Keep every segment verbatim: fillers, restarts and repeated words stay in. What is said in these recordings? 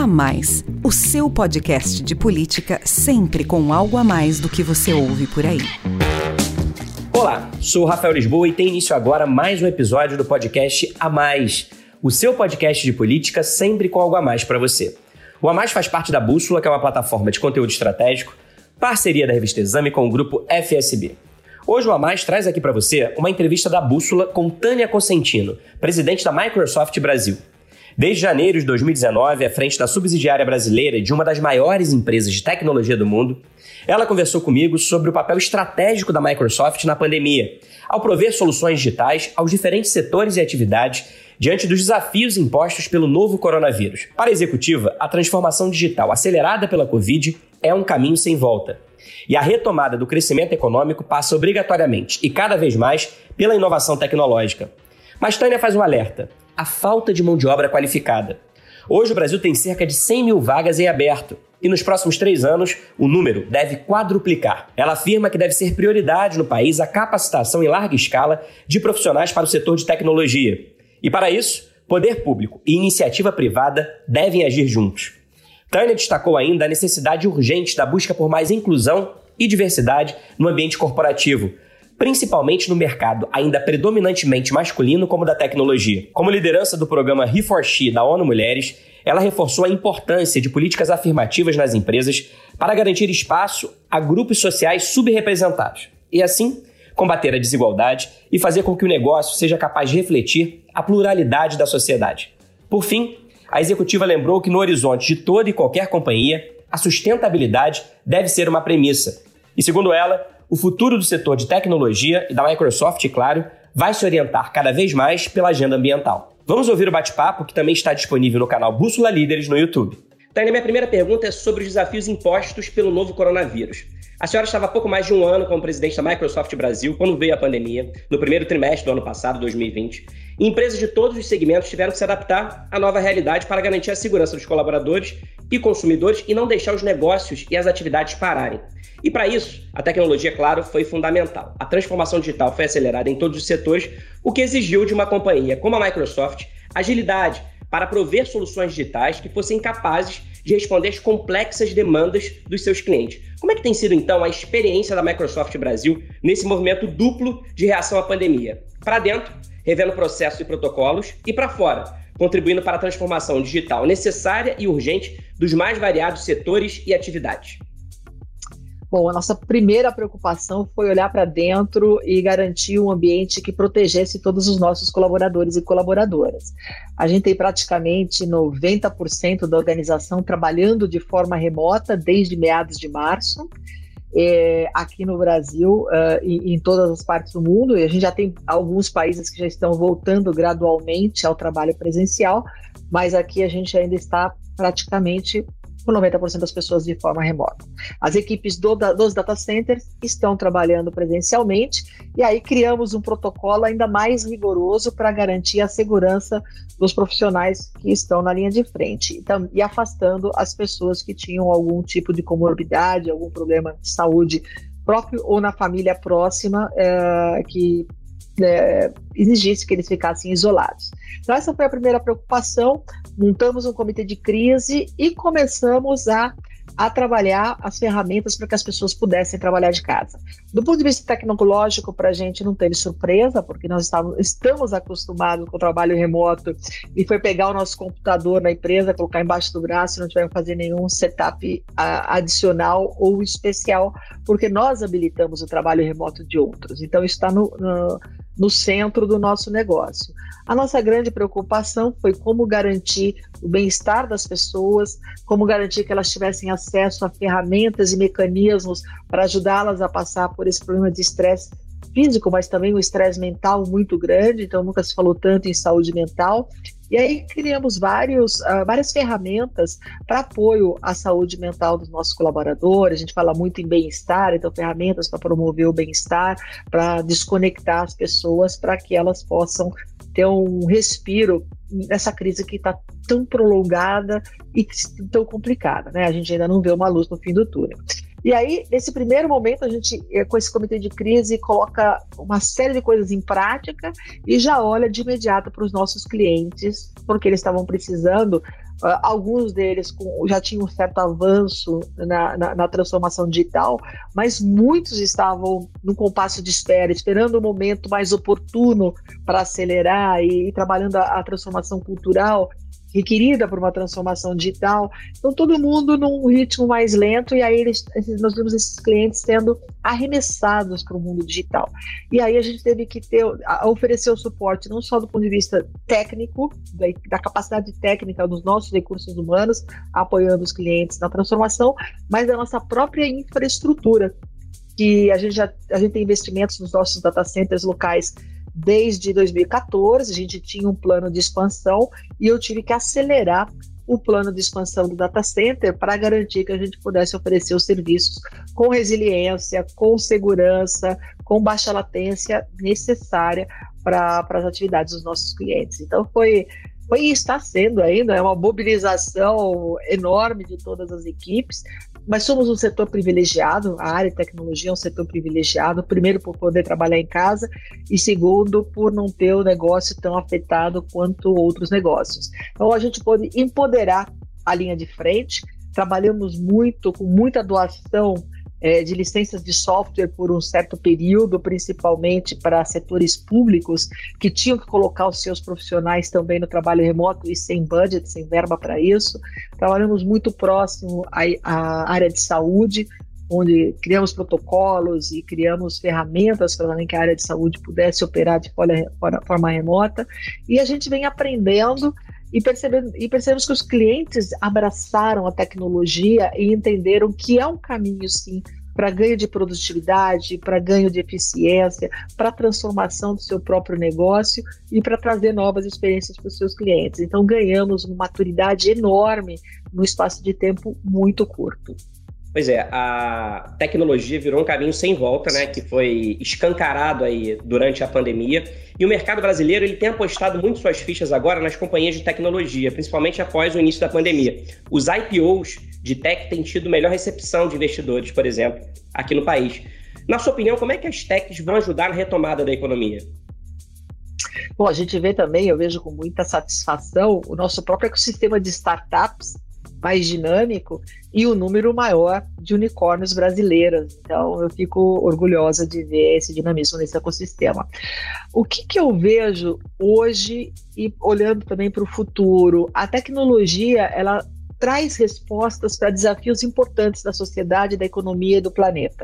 Mais, o seu podcast de política sempre com algo a mais do que você ouve por aí. Olá, sou o Rafael Lisboa e tem início agora mais um episódio do podcast A Mais, o seu podcast de política sempre com algo a mais para você. O A Mais faz parte da Bússola, que é uma plataforma de conteúdo estratégico, parceria da revista Exame com o grupo F S B. Hoje o A Mais traz aqui para você uma entrevista da Bússola com Tânia Cosentino, presidente da Microsoft Brasil. Desde janeiro de dois mil e dezenove, à frente da subsidiária brasileira de uma das maiores empresas de tecnologia do mundo, ela conversou comigo sobre o papel estratégico da Microsoft na pandemia, ao prover soluções digitais aos diferentes setores e atividades diante dos desafios impostos pelo novo coronavírus. Para a executiva, a transformação digital acelerada pela Covid é um caminho sem volta. E a retomada do crescimento econômico passa obrigatoriamente e cada vez mais pela inovação tecnológica. Mas Tânia faz um alerta: a falta de mão de obra qualificada. Hoje o Brasil tem cerca de cem mil vagas em aberto e nos próximos três anos o número deve quadruplicar. Ela afirma que deve ser prioridade no país a capacitação em larga escala de profissionais para o setor de tecnologia. E para isso, poder público e iniciativa privada devem agir juntos. Tânia destacou ainda a necessidade urgente da busca por mais inclusão e diversidade no ambiente corporativo, principalmente no mercado ainda predominantemente masculino como o da tecnologia. Como liderança do programa He for She da ONU Mulheres, ela reforçou a importância de políticas afirmativas nas empresas para garantir espaço a grupos sociais subrepresentados e, assim, combater a desigualdade e fazer com que o negócio seja capaz de refletir a pluralidade da sociedade. Por fim, a executiva lembrou que no horizonte de toda e qualquer companhia, a sustentabilidade deve ser uma premissa. E, segundo ela, o futuro do setor de tecnologia e da Microsoft, claro, vai se orientar cada vez mais pela agenda ambiental. Vamos ouvir o bate-papo, que também está disponível no canal Bússola Líderes no YouTube. Tânia, minha primeira pergunta é sobre os desafios impostos pelo novo coronavírus. A senhora estava há pouco mais de um ano como presidente da Microsoft Brasil, quando veio a pandemia, no primeiro trimestre do ano passado, dois mil e vinte. E empresas de todos os segmentos tiveram que se adaptar à nova realidade para garantir a segurança dos colaboradores e consumidores e não deixar os negócios e as atividades pararem. E para isso, a tecnologia, claro, foi fundamental. A transformação digital foi acelerada em todos os setores, o que exigiu de uma companhia como a Microsoft agilidade para prover soluções digitais que fossem capazes de responder às complexas demandas dos seus clientes. Como é que tem sido, então, a experiência da Microsoft Brasil nesse movimento duplo de reação à pandemia? Para dentro, revendo processos e protocolos, e para fora, contribuindo para a transformação digital necessária e urgente dos mais variados setores e atividades. Bom, a nossa primeira preocupação foi olhar para dentro e garantir um ambiente que protegesse todos os nossos colaboradores e colaboradoras. A gente tem praticamente noventa por cento da organização trabalhando de forma remota desde meados de março, é, aqui no Brasil uh, e em todas as partes do mundo, e a gente já tem alguns países que já estão voltando gradualmente ao trabalho presencial, mas aqui a gente ainda está praticamente com noventa por cento das pessoas de forma remota. As equipes do, dos data centers estão trabalhando presencialmente e aí criamos um protocolo ainda mais rigoroso para garantir a segurança dos profissionais que estão na linha de frente então, e afastando as pessoas que tinham algum tipo de comorbidade, algum problema de saúde próprio ou na família próxima é, que É, exigisse que eles ficassem isolados. Então essa foi a primeira preocupação, montamos um comitê de crise e começamos a, a trabalhar as ferramentas para que as pessoas pudessem trabalhar de casa. Do ponto de vista tecnológico, para a gente não teve surpresa, porque nós estamos, estamos acostumados com o trabalho remoto e foi pegar o nosso computador na empresa, colocar embaixo do braço e não tivemos que fazer nenhum setup a, adicional ou especial, porque nós habilitamos o trabalho remoto de outros. Então isso está no, no no centro do nosso negócio. A nossa grande preocupação foi como garantir o bem-estar das pessoas, como garantir que elas tivessem acesso a ferramentas e mecanismos para ajudá-las a passar por esse problema de estresse físico, mas também um estresse mental muito grande, então nunca se falou tanto em saúde mental. E aí criamos vários, uh, várias ferramentas para apoio à saúde mental dos nossos colaboradores. A gente fala muito em bem-estar, então ferramentas para promover o bem-estar, para desconectar as pessoas, para que elas possam ter um respiro nessa crise que está tão prolongada e tão complicada, né? A gente ainda não vê uma luz no fim do túnel. E aí, nesse primeiro momento, a gente, com esse comitê de crise, coloca uma série de coisas em prática e já olha de imediato para os nossos clientes, porque eles estavam precisando. Uh, alguns deles com, já tinham um certo avanço na, na, na transformação digital, mas muitos estavam num compasso de espera, esperando o momento mais oportuno para acelerar e, e trabalhando a, a transformação cultural requerida por uma transformação digital. Então, todo mundo num ritmo mais lento, e aí eles, nós vimos esses clientes sendo arremessados para o mundo digital. E aí a gente teve que ter, a, oferecer o suporte não só do ponto de vista técnico, da, da capacidade técnica dos nossos recursos humanos, apoiando os clientes na transformação, mas da nossa própria infraestrutura, que a gente já a gente tem investimentos nos nossos data centers locais desde dois mil e quatorze, a gente tinha um plano de expansão e eu tive que acelerar o plano de expansão do data center para garantir que a gente pudesse oferecer os serviços com resiliência, com segurança, com baixa latência necessária para as atividades dos nossos clientes. Então foi, foi e está sendo ainda é uma mobilização enorme de todas as equipes, mas somos um setor privilegiado, a área de tecnologia é um setor privilegiado, primeiro por poder trabalhar em casa e segundo por não ter o negócio tão afetado quanto outros negócios. Então a gente pode empoderar a linha de frente, trabalhamos muito, com muita doação é, de licenças de software por um certo período, principalmente para setores públicos que tinham que colocar os seus profissionais também no trabalho remoto e sem budget, sem verba para isso. Trabalhamos muito próximo à, à área de saúde, onde criamos protocolos e criamos ferramentas para que a área de saúde pudesse operar de forma remota. E a gente vem aprendendo e, percebendo, e percebemos que os clientes abraçaram a tecnologia e entenderam que é um caminho, sim, para ganho de produtividade, para ganho de eficiência, para transformação do seu próprio negócio e para trazer novas experiências para os seus clientes. Então, ganhamos uma maturidade enorme num espaço de tempo muito curto. Pois é, a tecnologia virou um caminho sem volta, né, que foi escancarado aí durante a pandemia, e o mercado brasileiro ele tem apostado muito suas fichas agora nas companhias de tecnologia, principalmente após o início da pandemia. Os I P Os de tech têm tido melhor recepção de investidores, por exemplo, aqui no país. Na sua opinião, como é que as techs vão ajudar na retomada da economia? Bom, a gente vê também, eu vejo com muita satisfação, o nosso próprio ecossistema de startups mais dinâmico e o número maior de unicórnios brasileiros. Então, eu fico orgulhosa de ver esse dinamismo nesse ecossistema. O que, que eu vejo hoje, e olhando também para o futuro, a tecnologia, ela traz respostas para desafios importantes da sociedade, da economia e do planeta.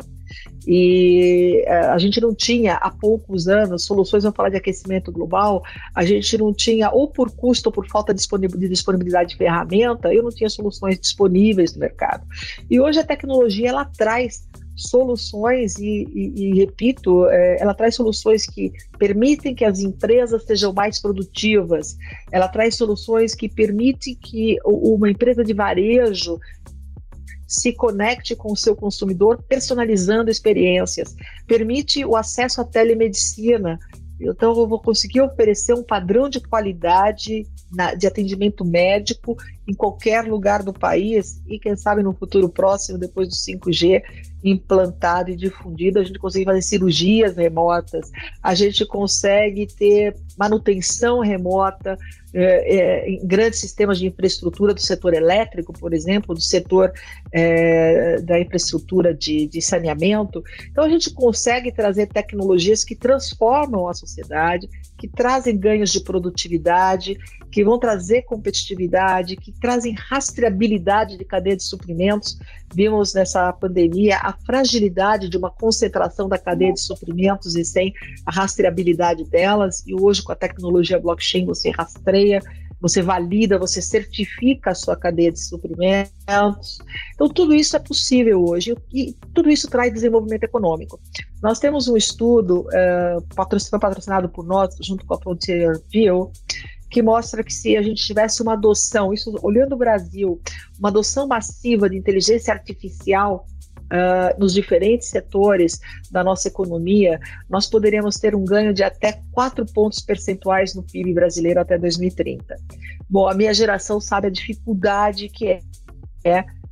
E uh, a gente não tinha, há poucos anos, soluções, vamos falar de aquecimento global, a gente não tinha, ou por custo ou por falta de disponibilidade de ferramenta, eu não tinha soluções disponíveis no mercado. E hoje a tecnologia, ela traz soluções e, e, e repito, é, ela traz soluções que permitem que as empresas sejam mais produtivas, ela traz soluções que permitem que uma empresa de varejo se conecte com o seu consumidor, personalizando experiências, permite o acesso à telemedicina. Então, eu vou conseguir oferecer um padrão de qualidade na, de atendimento médico em qualquer lugar do país e, quem sabe, no futuro próximo, depois do cinco G implantado e difundido, a gente consegue fazer cirurgias remotas, a gente consegue ter manutenção remota é, é, em grandes sistemas de infraestrutura do setor elétrico, por exemplo, do setor é, da infraestrutura de, de saneamento. Então, a gente consegue trazer tecnologias que transformam a sociedade, que trazem ganhos de produtividade, que vão trazer competitividade, que trazem rastreabilidade de cadeia de suprimentos. Vimos nessa pandemia a fragilidade de uma concentração da cadeia de suprimentos e sem a rastreabilidade delas, e hoje com a tecnologia blockchain você rastreia, você valida, você certifica a sua cadeia de suprimentos. Então tudo isso é possível hoje e tudo isso traz desenvolvimento econômico. Nós temos um estudo uh, patrocinado, patrocinado por nós, junto com a Frontier View, que mostra que se a gente tivesse uma adoção, isso olhando o Brasil, uma adoção massiva de inteligência artificial uh, nos diferentes setores da nossa economia, nós poderíamos ter um ganho de até quatro pontos percentuais no P I B brasileiro até dois mil e trinta. Bom, a minha geração sabe a dificuldade que é, é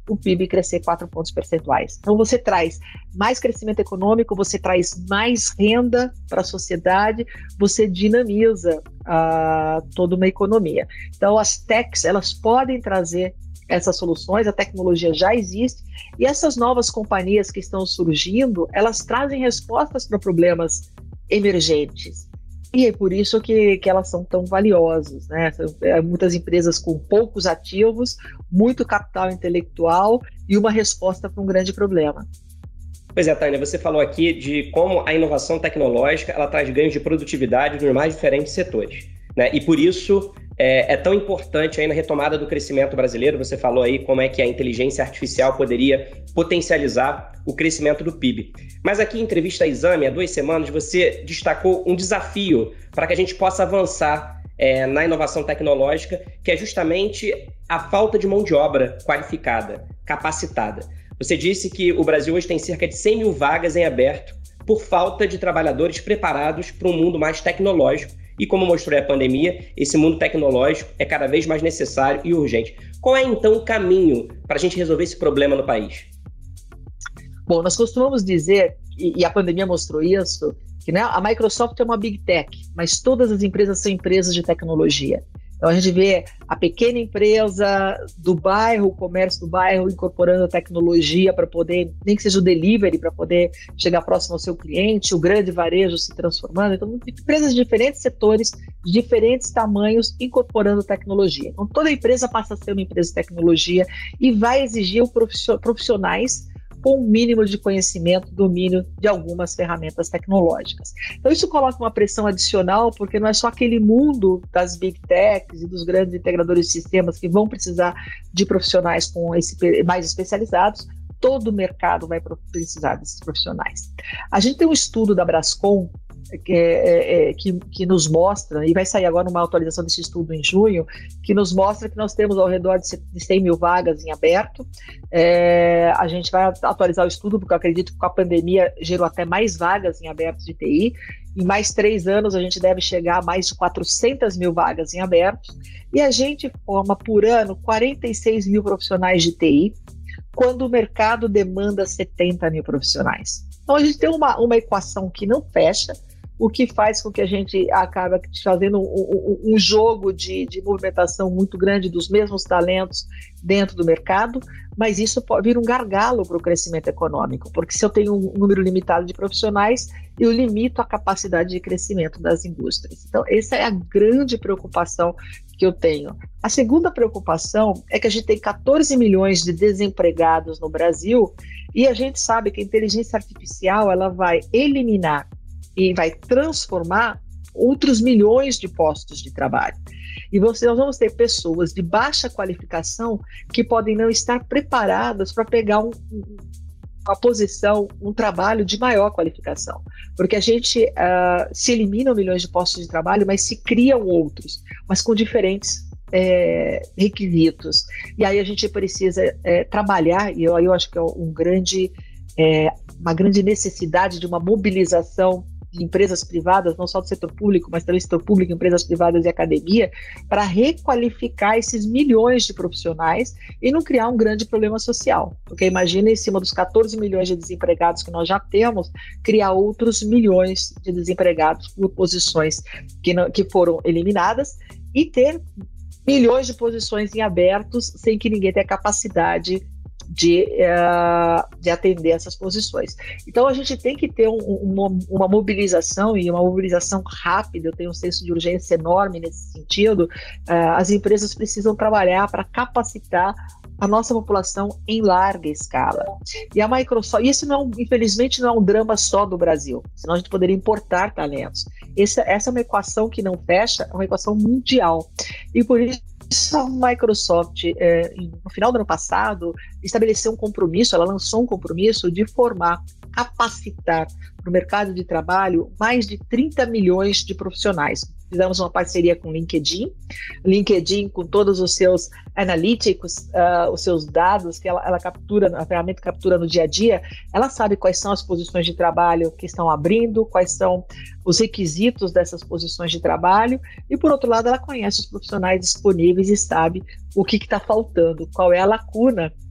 o P I B crescer quatro pontos percentuais. Então você traz mais crescimento econômico, você traz mais renda para a sociedade, você dinamiza uh, toda uma economia. Então as techs, elas podem trazer essas soluções, a tecnologia já existe, e essas novas companhias que estão surgindo, elas trazem respostas para problemas emergentes. E é por isso que, que elas são tão valiosas, né? Muitas empresas com poucos ativos, muito capital intelectual e uma resposta para um grande problema. Pois é, Tânia, você falou aqui de como a inovação tecnológica ela traz ganhos de produtividade nos mais diferentes setores, né? E por isso é, é tão importante aí na retomada do crescimento brasileiro. Você falou aí como é que a inteligência artificial poderia potencializar o crescimento do P I B. Mas aqui em entrevista à Exame, há duas semanas, você destacou um desafio para que a gente possa avançar é, na inovação tecnológica, que é justamente a falta de mão de obra qualificada, capacitada. Você disse que o Brasil hoje tem cerca de cem mil vagas em aberto por falta de trabalhadores preparados para um mundo mais tecnológico. E como mostrou a pandemia, esse mundo tecnológico é cada vez mais necessário e urgente. Qual é, então, o caminho para a gente resolver esse problema no país? Bom, nós costumamos dizer, e a pandemia mostrou isso, que né, a Microsoft é uma Big Tech, mas todas as empresas são empresas de tecnologia. Então a gente vê a pequena empresa do bairro, o comércio do bairro incorporando a tecnologia para poder, nem que seja o delivery, para poder chegar próximo ao seu cliente, o grande varejo se transformando. Então empresas de diferentes setores, de diferentes tamanhos, incorporando tecnologia. Então toda empresa passa a ser uma empresa de tecnologia e vai exigir profissionais com um mínimo de conhecimento, domínio de algumas ferramentas tecnológicas. Então isso coloca uma pressão adicional, porque não é só aquele mundo das Big Techs e dos grandes integradores de sistemas que vão precisar de profissionais com esse, mais especializados, todo o mercado vai precisar desses profissionais. A gente tem um estudo da Brascom, Que, é, é, que, que nos mostra, e vai sair agora uma atualização desse estudo em junho, que nos mostra que nós temos ao redor de cem mil vagas em aberto. É, a gente vai atualizar o estudo, porque eu acredito que com a pandemia gerou até mais vagas em aberto de T I. Em mais três anos a gente deve chegar a mais de quatrocentas mil vagas em aberto, e a gente forma por ano quarenta e seis mil profissionais de T I, quando o mercado demanda setenta mil profissionais. Então a gente tem uma, uma equação que não fecha, o que faz com que a gente acabe fazendo um, um, um jogo de, de movimentação muito grande dos mesmos talentos dentro do mercado, mas isso pode vir um gargalo para o crescimento econômico, porque se eu tenho um número limitado de profissionais, eu limito a capacidade de crescimento das indústrias. Então, essa é a grande preocupação que eu tenho. A segunda preocupação é que a gente tem quatorze milhões de desempregados no Brasil, e a gente sabe que a inteligência artificial ela vai eliminar e vai transformar outros milhões de postos de trabalho. E você, nós vamos ter pessoas de baixa qualificação que podem não estar preparadas para pegar um, uma posição, um trabalho de maior qualificação. Porque a gente uh, se eliminam milhões de postos de trabalho, mas se criam outros, mas com diferentes é, requisitos. E aí a gente precisa é, trabalhar, e eu, eu acho que é um grande, é, uma grande necessidade de uma mobilização de empresas privadas, não só do setor público, mas também do setor público, empresas privadas e academia, para requalificar esses milhões de profissionais e não criar um grande problema social. Porque imagina, em cima dos quatorze milhões de desempregados que nós já temos, criar outros milhões de desempregados por posições que, não, que foram eliminadas e ter milhões de posições em abertos sem que ninguém tenha capacidade De, uh, de atender essas posições. Então a gente tem que ter um, uma, uma mobilização, e uma mobilização rápida. Eu tenho um senso de urgência enorme nesse sentido. Uh, as empresas precisam trabalhar para capacitar a nossa população em larga escala. E a Microsoft, e isso não, infelizmente não é um drama só do Brasil, senão a gente poderia importar talentos. Essa, essa é uma equação que não fecha, é uma equação mundial. E por isso a Microsoft, é, no final do ano passado, estabeleceu um compromisso, ela lançou um compromisso de formar, capacitar para o mercado de trabalho mais de trinta milhões de profissionais. Fizemos uma parceria com o LinkedIn, LinkedIn com todos os seus analytics, uh, os seus dados que ela, ela captura, a ferramenta captura no dia a dia, ela sabe quais são as posições de trabalho que estão abrindo, quais são os requisitos dessas posições de trabalho, e por outro lado ela conhece os profissionais disponíveis e sabe o que está faltando, qual é a lacuna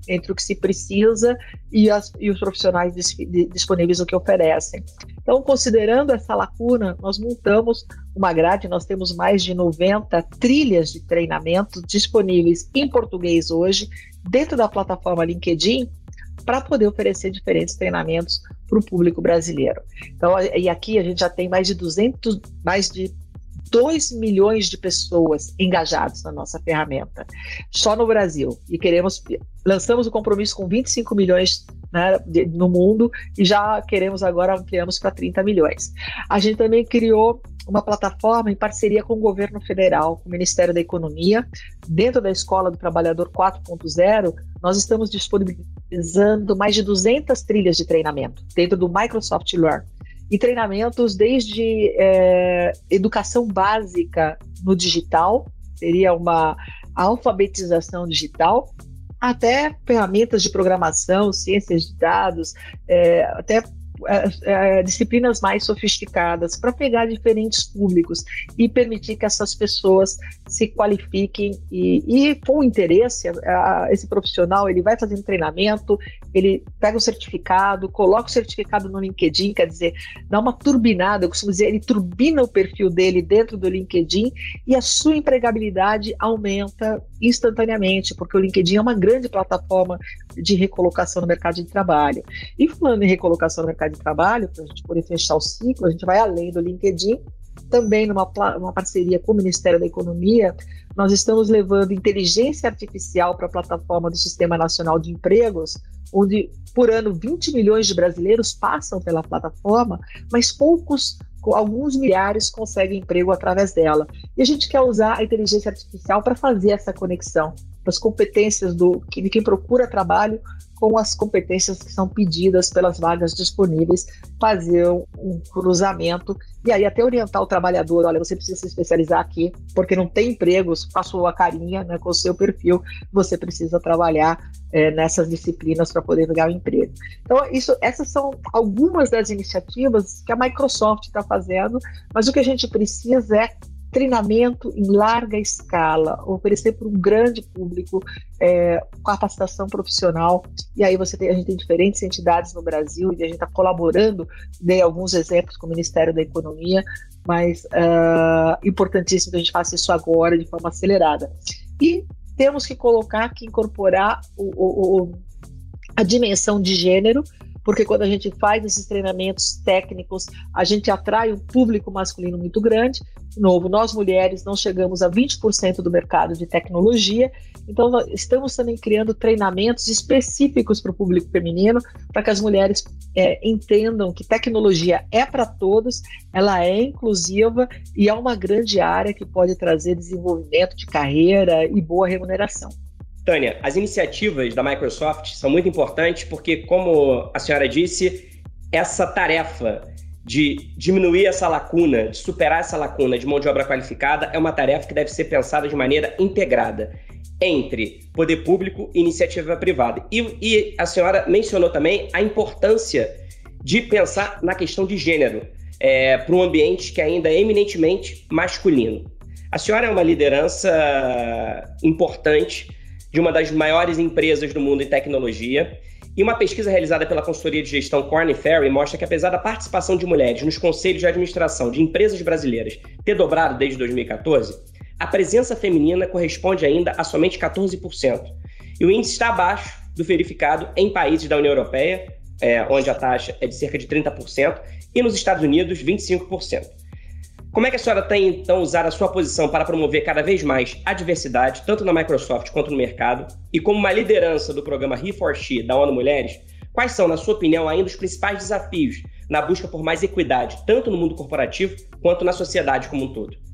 entre o que se precisa e, as, e os profissionais dis, disponíveis o que oferecem. Então, considerando essa lacuna, nós montamos uma grade, nós temos mais de noventa trilhas de treinamento disponíveis em português hoje, dentro da plataforma LinkedIn, para poder oferecer diferentes treinamentos para o público brasileiro. Então, e aqui a gente já tem mais de duzentos, mais de dois milhões de pessoas engajadas na nossa ferramenta, só no Brasil. E queremos, lançamos o compromisso com vinte e cinco milhões, né, de, no mundo, e já queremos agora, ampliamos para trinta milhões. A gente também criou uma plataforma em parceria com o governo federal, com o Ministério da Economia. Dentro da Escola do Trabalhador quatro ponto zero, nós estamos disponibilizando mais de duzentas trilhas de treinamento dentro do Microsoft Learn. E treinamentos desde é, educação básica no digital, seria uma alfabetização digital, até ferramentas de programação, ciências de dados, é, até é, é, disciplinas mais sofisticadas, para pegar diferentes públicos e permitir que essas pessoas se qualifiquem e, e com interesse, a, esse profissional ele vai fazendo treinamento, ele pega o certificado, coloca o certificado no LinkedIn, quer dizer, dá uma turbinada, eu costumo dizer, ele turbina o perfil dele dentro do LinkedIn e a sua empregabilidade aumenta instantaneamente, porque o LinkedIn é uma grande plataforma de recolocação no mercado de trabalho. E falando em recolocação no mercado de trabalho, para a gente poder fechar o ciclo, a gente vai além do LinkedIn, também numa uma parceria com o Ministério da Economia, nós estamos levando inteligência artificial para a plataforma do Sistema Nacional de Empregos, onde por ano vinte milhões de brasileiros passam pela plataforma, mas poucos, alguns milhares conseguem emprego através dela. E a gente quer usar a inteligência artificial para fazer essa conexão das competências do, de quem procura trabalho com as competências que são pedidas pelas vagas disponíveis, fazer um cruzamento e aí até orientar o trabalhador, olha, você precisa se especializar aqui, porque não tem empregos com a sua carinha, né, com o seu perfil, você precisa trabalhar é, nessas disciplinas para poder pegar o emprego. Então, isso, essas são algumas das iniciativas que a Microsoft está fazendo, mas o que a gente precisa é treinamento em larga escala, oferecer para um grande público é, capacitação profissional, e aí você tem, a gente tem diferentes entidades no Brasil, e a gente está colaborando, dei alguns exemplos com o Ministério da Economia, mas uh, importantíssimo que a gente faça isso agora de forma acelerada. E temos que colocar, que incorporar o, o, o, a dimensão de gênero, porque quando a gente faz esses treinamentos técnicos, a gente atrai um público masculino muito grande. De novo, nós mulheres não chegamos a vinte por cento do mercado de tecnologia, então nós estamos também criando treinamentos específicos para o público feminino, para que as mulheres é, entendam que tecnologia é para todos, ela é inclusiva e é uma grande área que pode trazer desenvolvimento de carreira e boa remuneração. Tânia, as iniciativas da Microsoft são muito importantes porque, como a senhora disse, essa tarefa de diminuir essa lacuna, de superar essa lacuna de mão de obra qualificada é uma tarefa que deve ser pensada de maneira integrada entre poder público e iniciativa privada. E, e a senhora mencionou também a importância de pensar na questão de gênero é, para um ambiente que ainda é eminentemente masculino. A senhora é uma liderança importante de uma das maiores empresas do mundo em tecnologia, e uma pesquisa realizada pela consultoria de gestão Korn Ferry mostra que, apesar da participação de mulheres nos conselhos de administração de empresas brasileiras ter dobrado desde dois mil e catorze, a presença feminina corresponde ainda a somente catorze por cento. E o índice está abaixo do verificado em países da União Europeia, é, onde a taxa é de cerca de trinta por cento, e nos Estados Unidos, vinte e cinco por cento. Como é que a senhora tem, então, usado a sua posição para promover cada vez mais a diversidade, tanto na Microsoft quanto no mercado? E como uma liderança do programa He for She da ONU Mulheres, quais são, na sua opinião, ainda os principais desafios na busca por mais equidade, tanto no mundo corporativo quanto na sociedade como um todo?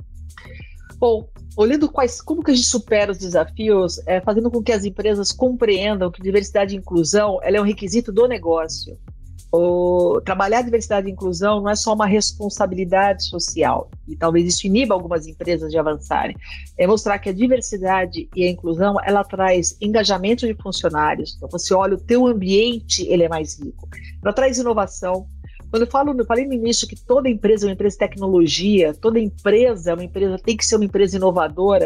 Bom, olhando quais, como que a gente supera os desafios, é, fazendo com que as empresas compreendam que diversidade e inclusão ela é um requisito do negócio. O, trabalhar a diversidade e inclusão não é só uma responsabilidade social, e talvez isso iniba algumas empresas de avançarem, é mostrar que a diversidade e a inclusão, ela traz engajamento de funcionários. Então, você olha, o teu ambiente, ele é mais rico, ela traz inovação. Quando eu falo, eu falei no início que toda empresa é uma empresa de tecnologia, toda empresa é uma empresa, tem que ser uma empresa inovadora,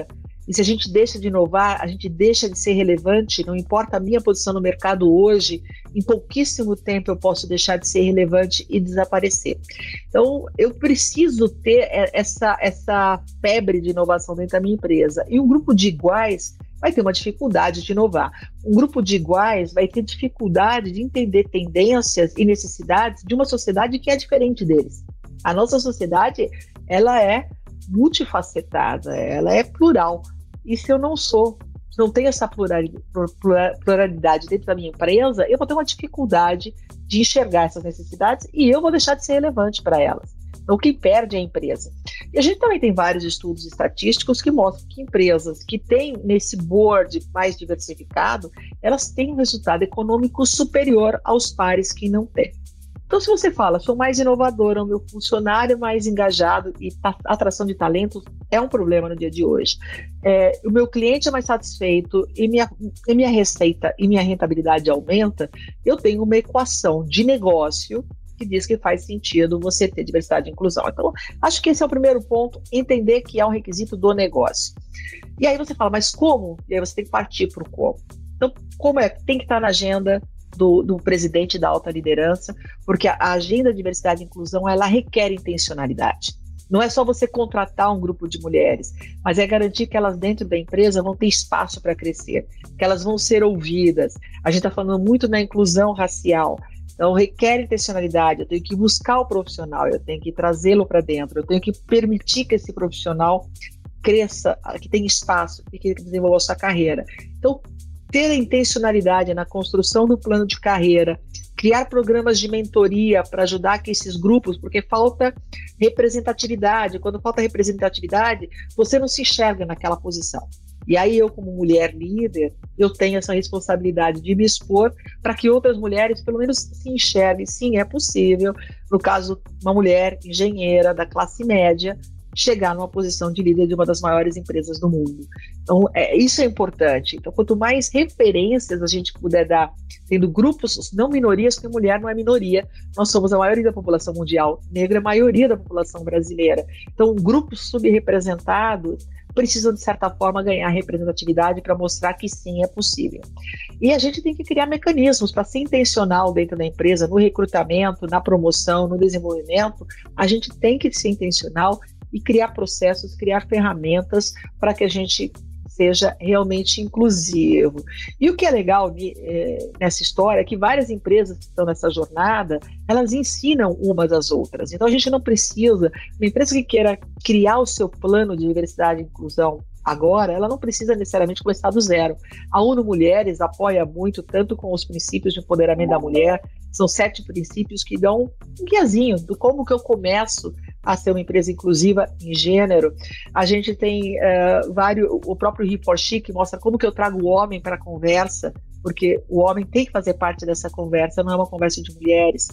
E se a gente deixa de inovar, a gente deixa de ser relevante, não importa a minha posição no mercado hoje, em pouquíssimo tempo eu posso deixar de ser relevante e desaparecer. Então, eu preciso ter essa, essa febre de inovação dentro da minha empresa. E um grupo de iguais vai ter uma dificuldade de inovar. Um grupo de iguais vai ter dificuldade de entender tendências e necessidades de uma sociedade que é diferente deles. A nossa sociedade, ela é multifacetada, ela é plural. E se eu não sou, se não tenho essa pluralidade dentro da minha empresa, eu vou ter uma dificuldade de enxergar essas necessidades e eu vou deixar de ser relevante para elas. Então, quem perde é a empresa. E a gente também tem vários estudos estatísticos que mostram que empresas que têm nesse board mais diversificado, elas têm um resultado econômico superior aos pares que não têm. Então, se você fala, sou mais inovadora, o meu funcionário é mais engajado e a atração de talentos é um problema no dia de hoje. É, o meu cliente é mais satisfeito e minha, e minha receita e minha rentabilidade aumenta, eu tenho uma equação de negócio que diz que faz sentido você ter diversidade e inclusão. Então, acho que esse é o primeiro ponto, entender que é um requisito do negócio. E aí você fala, mas como? E aí você tem que partir para o como. Então, como é? Tem que estar na agenda Do, do presidente da alta liderança, porque a, a agenda de diversidade e inclusão, ela requer intencionalidade. Não é só você contratar um grupo de mulheres, mas é garantir que elas dentro da empresa vão ter espaço para crescer, que elas vão ser ouvidas. A gente está falando muito na inclusão racial, então requer intencionalidade, eu tenho que buscar o profissional, eu tenho que trazê-lo para dentro, eu tenho que permitir que esse profissional cresça, que tenha espaço e que desenvolva a sua carreira. Então, ter a intencionalidade na construção do plano de carreira, criar programas de mentoria para ajudar que esses grupos, porque falta representatividade. Quando falta representatividade, você não se enxerga naquela posição. E aí eu, como mulher líder, eu tenho essa responsabilidade de me expor para que outras mulheres, pelo menos, se enxerguem. Sim, é possível, no caso, uma mulher engenheira da classe média, chegar numa posição de líder de uma das maiores empresas do mundo. Então, é, isso é importante. Então, quanto mais referências a gente puder dar, tendo grupos, não minorias, porque mulher não é minoria, nós somos a maioria da população mundial, negra é a maioria da população brasileira. Então, grupos subrepresentados precisam, de certa forma, ganhar representatividade para mostrar que sim, é possível. E a gente tem que criar mecanismos para ser intencional dentro da empresa, no recrutamento, na promoção, no desenvolvimento. A gente tem que ser intencional e criar processos, criar ferramentas para que a gente seja realmente inclusivo. E o que é legal é, nessa história é que várias empresas que estão nessa jornada, elas ensinam umas às outras. Então a gente não precisa, uma empresa que queira criar o seu plano de diversidade e inclusão agora, ela não precisa necessariamente começar do zero. A ONU Mulheres apoia muito, tanto com os princípios de empoderamento da mulher, são sete princípios que dão um guiazinho do como que eu começo a ser uma empresa inclusiva em gênero. A gente tem uh, vários, o próprio He for She, que mostra como que eu trago o homem para a conversa, porque o homem tem que fazer parte dessa conversa, não é uma conversa de mulheres.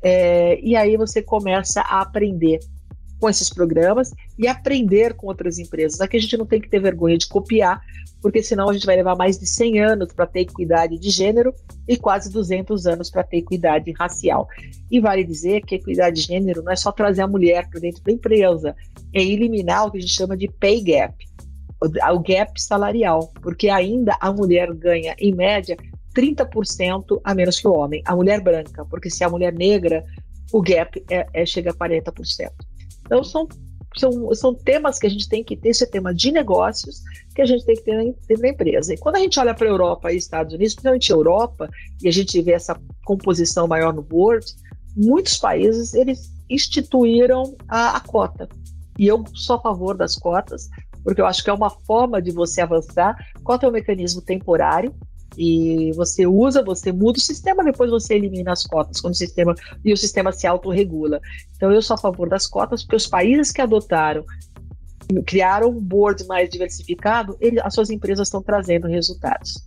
É, e aí você começa a aprender com esses programas e aprender com outras empresas. Aqui a gente não tem que ter vergonha de copiar, porque senão a gente vai levar mais de cem anos para ter equidade de gênero e quase duzentos anos para ter equidade racial. E vale dizer que a equidade de gênero não é só trazer a mulher para dentro da empresa, é eliminar o que a gente chama de pay gap, o gap salarial, porque ainda a mulher ganha, em média, trinta por cento a menos que o homem, a mulher branca, porque se a mulher negra, o gap é, é, chega a quarenta por cento. Então, são, são, são temas que a gente tem que ter, esse é tema de negócios que a gente tem que ter dentro da empresa. E quando a gente olha para a Europa e Estados Unidos, principalmente a Europa, e a gente vê essa composição maior no board, muitos países, eles instituíram a, a cota. E eu sou a favor das cotas, porque eu acho que é uma forma de você avançar. Cota é um mecanismo temporário, e você usa, você muda o sistema, depois você elimina as cotas quando o sistema, e o sistema se autorregula. Então eu sou a favor das cotas, porque os países que adotaram, criaram um board mais diversificado, ele, as suas empresas estão trazendo resultados.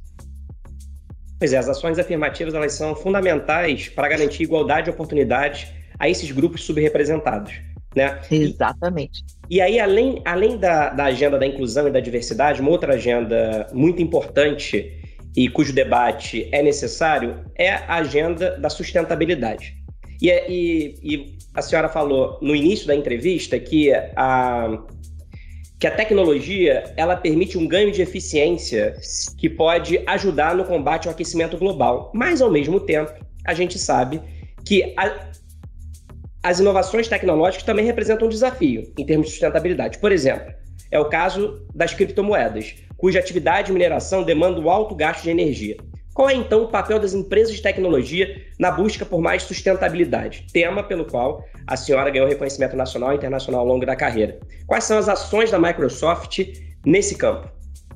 Pois é, as ações afirmativas, elas são fundamentais para garantir igualdade de oportunidades a esses grupos subrepresentados, né? Exatamente. E, e aí, além, além da, da agenda da inclusão e da diversidade, uma outra agenda muito importante e cujo debate é necessário, é a agenda da sustentabilidade. E, e, e a senhora falou no início da entrevista que a, que a tecnologia ela permite um ganho de eficiência que pode ajudar no combate ao aquecimento global. Mas, ao mesmo tempo, a gente sabe que a, as inovações tecnológicas também representam um desafio em termos de sustentabilidade. Por exemplo, é o caso das criptomoedas, cuja atividade de mineração demanda um alto gasto de energia. Qual é, então, o papel das empresas de tecnologia na busca por mais sustentabilidade? Tema pelo qual a senhora ganhou reconhecimento nacional e internacional ao longo da carreira. Quais são as ações da Microsoft nesse campo?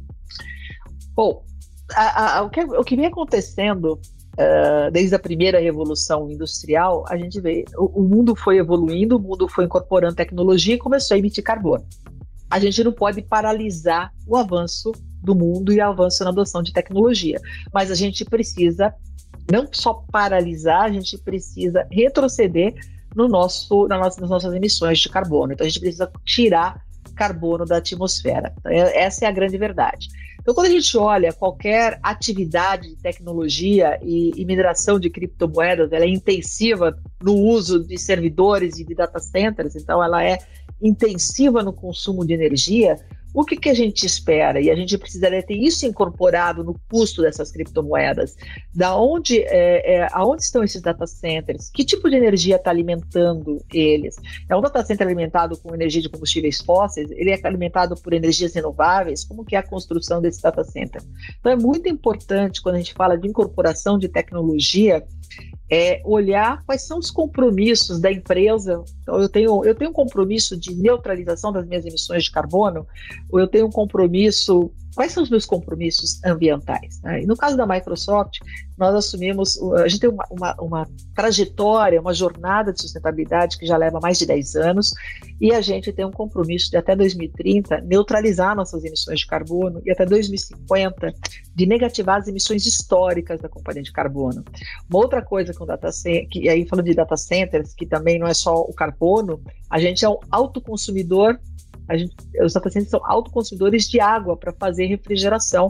Bom, a, a, o, que, o que vem acontecendo uh, desde a primeira revolução industrial, a gente vê, o, o mundo foi evoluindo, o mundo foi incorporando tecnologia e começou a emitir carbono. A gente não pode paralisar o avanço do mundo e o avanço na adoção de tecnologia, mas a gente precisa não só paralisar, a gente precisa retroceder no nosso, na nossa, nas nossas emissões de carbono. Então a gente precisa tirar carbono da atmosfera. Então, essa é a grande verdade. Então, quando a gente olha qualquer atividade de tecnologia e, e mineração de criptomoedas, ela é intensiva no uso de servidores e de data centers, então ela é intensiva no consumo de energia. O que, que a gente espera? E a gente precisaria ter isso incorporado no custo dessas criptomoedas. Da onde, é, é, aonde estão esses data centers? Que tipo de energia está alimentando eles? É um data center alimentado com energia de combustíveis fósseis? Ele é alimentado por energias renováveis? Como que é a construção desse data center? Então é muito importante, quando a gente fala de incorporação de tecnologia, é olhar quais são os compromissos da empresa. Então, eu tenho, eu tenho um compromisso de neutralização das minhas emissões de carbono, ou eu tenho um compromisso... Quais são os meus compromissos ambientais? Né? E no caso da Microsoft, nós assumimos... A gente tem uma, uma, uma trajetória, uma jornada de sustentabilidade que já leva mais de dez anos, e a gente tem um compromisso de até dois mil e trinta neutralizar nossas emissões de carbono e até dois mil e cinquenta de negativar as emissões históricas da companhia de carbono. Uma outra coisa com data center, que aí falando de data centers, que também não é só o carbono, a gente é um autoconsumidor. A gente, os data centers são autoconsumidores de água para fazer refrigeração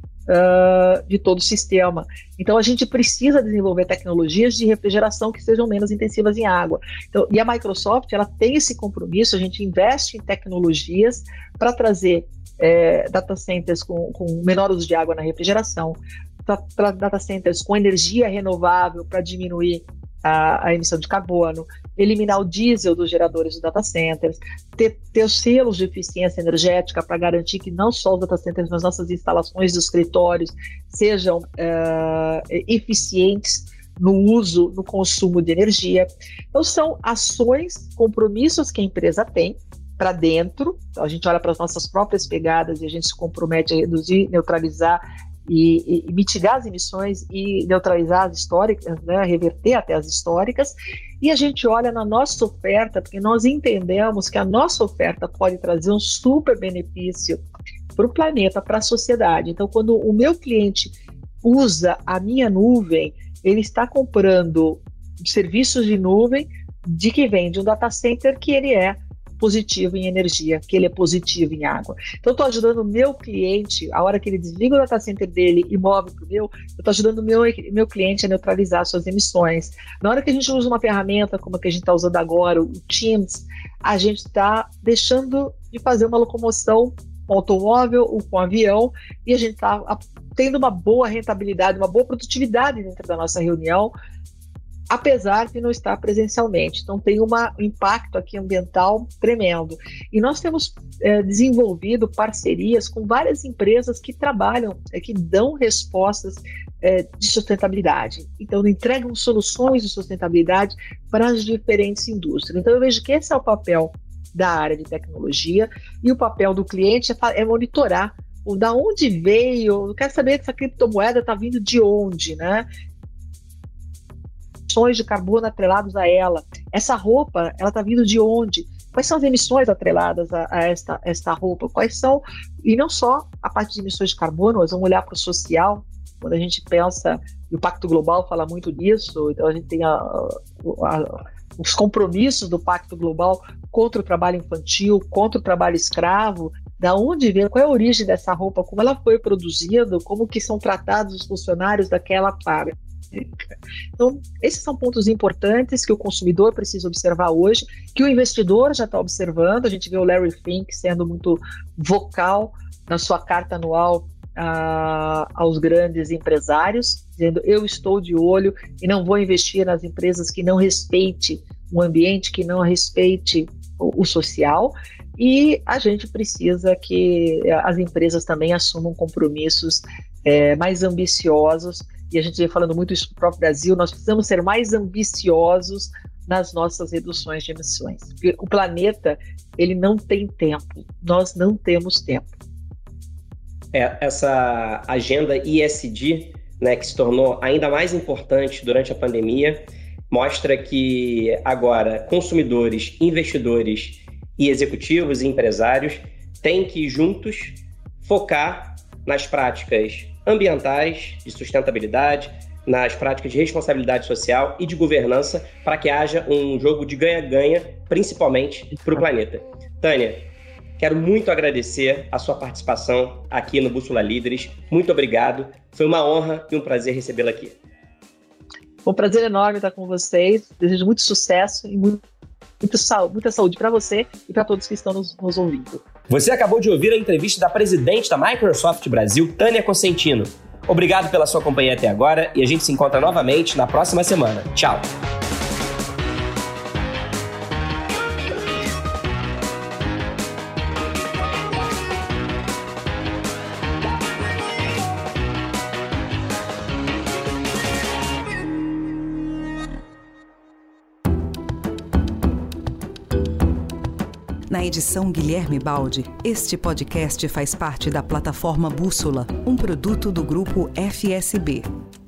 uh, de todo o sistema. Então, a gente precisa desenvolver tecnologias de refrigeração que sejam menos intensivas em água. Então, e a Microsoft, ela tem esse compromisso, a gente investe em tecnologias para trazer é, data centers com, com menor uso de água na refrigeração, para data centers com energia renovável para diminuir A, a emissão de carbono, eliminar o diesel dos geradores dos data centers, ter, ter os selos de eficiência energética para garantir que não só os data centers, mas nossas instalações dos escritórios sejam uh, eficientes no uso, no consumo de energia. Então, são ações, compromissos que a empresa tem para dentro. Então, a gente olha para as nossas próprias pegadas e a gente se compromete a reduzir, neutralizar E, e mitigar as emissões e neutralizar as históricas, né, reverter até as históricas, e a gente olha na nossa oferta, porque nós entendemos que a nossa oferta pode trazer um super benefício para o planeta, para a sociedade. Então, quando o meu cliente usa a minha nuvem, ele está comprando serviços de nuvem de que vem de um data center que ele é positivo em energia, que ele é positivo em água. Então, eu estou ajudando o meu cliente, a hora que ele desliga o data center dele e move para o meu, eu estou ajudando o meu, meu cliente a neutralizar suas emissões. Na hora que a gente usa uma ferramenta como a que a gente está usando agora, o Teams, a gente está deixando de fazer uma locomoção com automóvel ou com avião, e a gente está tendo uma boa rentabilidade, uma boa produtividade dentro da nossa reunião, apesar de não estar presencialmente. Então, tem uma, um impacto aqui ambiental tremendo. E nós temos é, desenvolvido parcerias com várias empresas que trabalham, é, que dão respostas é, de sustentabilidade. Então, entregam soluções de sustentabilidade para as diferentes indústrias. Então, eu vejo que esse é o papel da área de tecnologia, e o papel do cliente é, é monitorar o, da onde veio. Eu quero saber se essa criptomoeda está vindo de onde, né? De carbono atrelados a ela. Essa roupa, ela está vindo de onde? Quais são as emissões atreladas a, a esta, esta roupa? Quais são? E não só a parte de emissões de carbono, nós vamos olhar para o social. Quando a gente pensa, e o Pacto Global fala muito disso, então a gente tem a, a, os compromissos do Pacto Global contra o trabalho infantil, contra o trabalho escravo. Da onde vem, qual é a origem dessa roupa, como ela foi produzida, como que são tratados os funcionários daquela fábrica. Então, esses são pontos importantes que o consumidor precisa observar hoje, que o investidor já está observando. A gente vê o Larry Fink sendo muito vocal na sua carta anual a, aos grandes empresários, dizendo: eu estou de olho e não vou investir nas empresas que não respeitem o ambiente, que não respeite o, o social. E a gente precisa que as empresas também assumam compromissos é, mais ambiciosos. E a gente vem falando muito isso no próprio Brasil, nós precisamos ser mais ambiciosos nas nossas reduções de emissões. Porque o planeta, ele não tem tempo, nós não temos tempo. É, essa agenda E S G, né, que se tornou ainda mais importante durante a pandemia, mostra que agora consumidores, investidores e executivos e empresários têm que juntos focar nas práticas ambientais, de sustentabilidade, nas práticas de responsabilidade social e de governança, para que haja um jogo de ganha-ganha, principalmente para o planeta. Tânia, quero muito agradecer a sua participação aqui no Bússola Líderes. Muito obrigado. Foi uma honra e um prazer recebê-la aqui. Foi um prazer enorme estar com vocês. Desejo muito sucesso e muito, muito saúde, muita saúde para você e para todos que estão nos, nos ouvindo. Você acabou de ouvir a entrevista da presidente da Microsoft Brasil, Tânia Cosentino. Obrigado pela sua companhia até agora e a gente se encontra novamente na próxima semana. Tchau! Na edição Guilherme Baldi, este podcast faz parte da plataforma Bússola, um produto do grupo F S B.